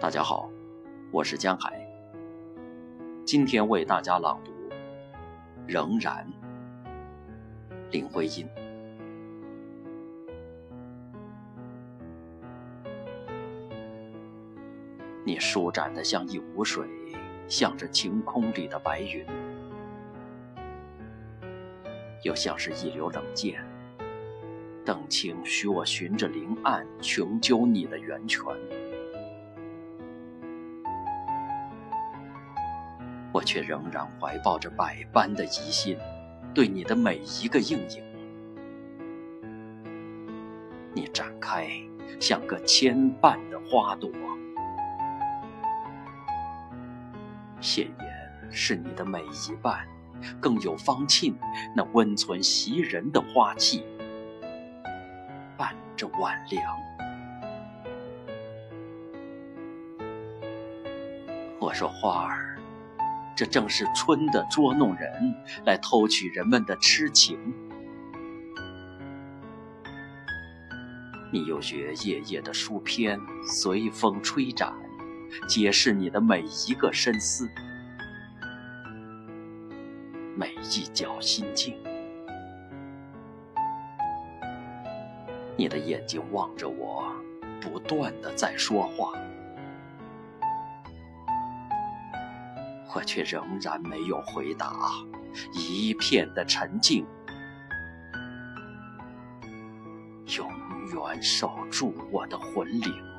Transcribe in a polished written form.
大家好，我是江海，今天为大家朗读《仍然》，林徽因。你舒展得像一湖水，像着晴空里的白云，又像是一流冷箭，邓青许我循着林岸穷究你的源泉。我却仍然怀抱着百般的疑心，对你的每一个应影。你展开像个牵绊的花朵，鲜艳是你的每一瓣，更有芳沁那温存袭人的花气，伴着晚凉。我说花儿，这正是春的捉弄人，来偷取人们的痴情。你有觉夜夜的书篇随风吹展，揭示你的每一个深思，每一角心境。你的眼睛望着我，不断地在说话，我却仍然没有回答，一片的沉静，永远守住我的魂灵。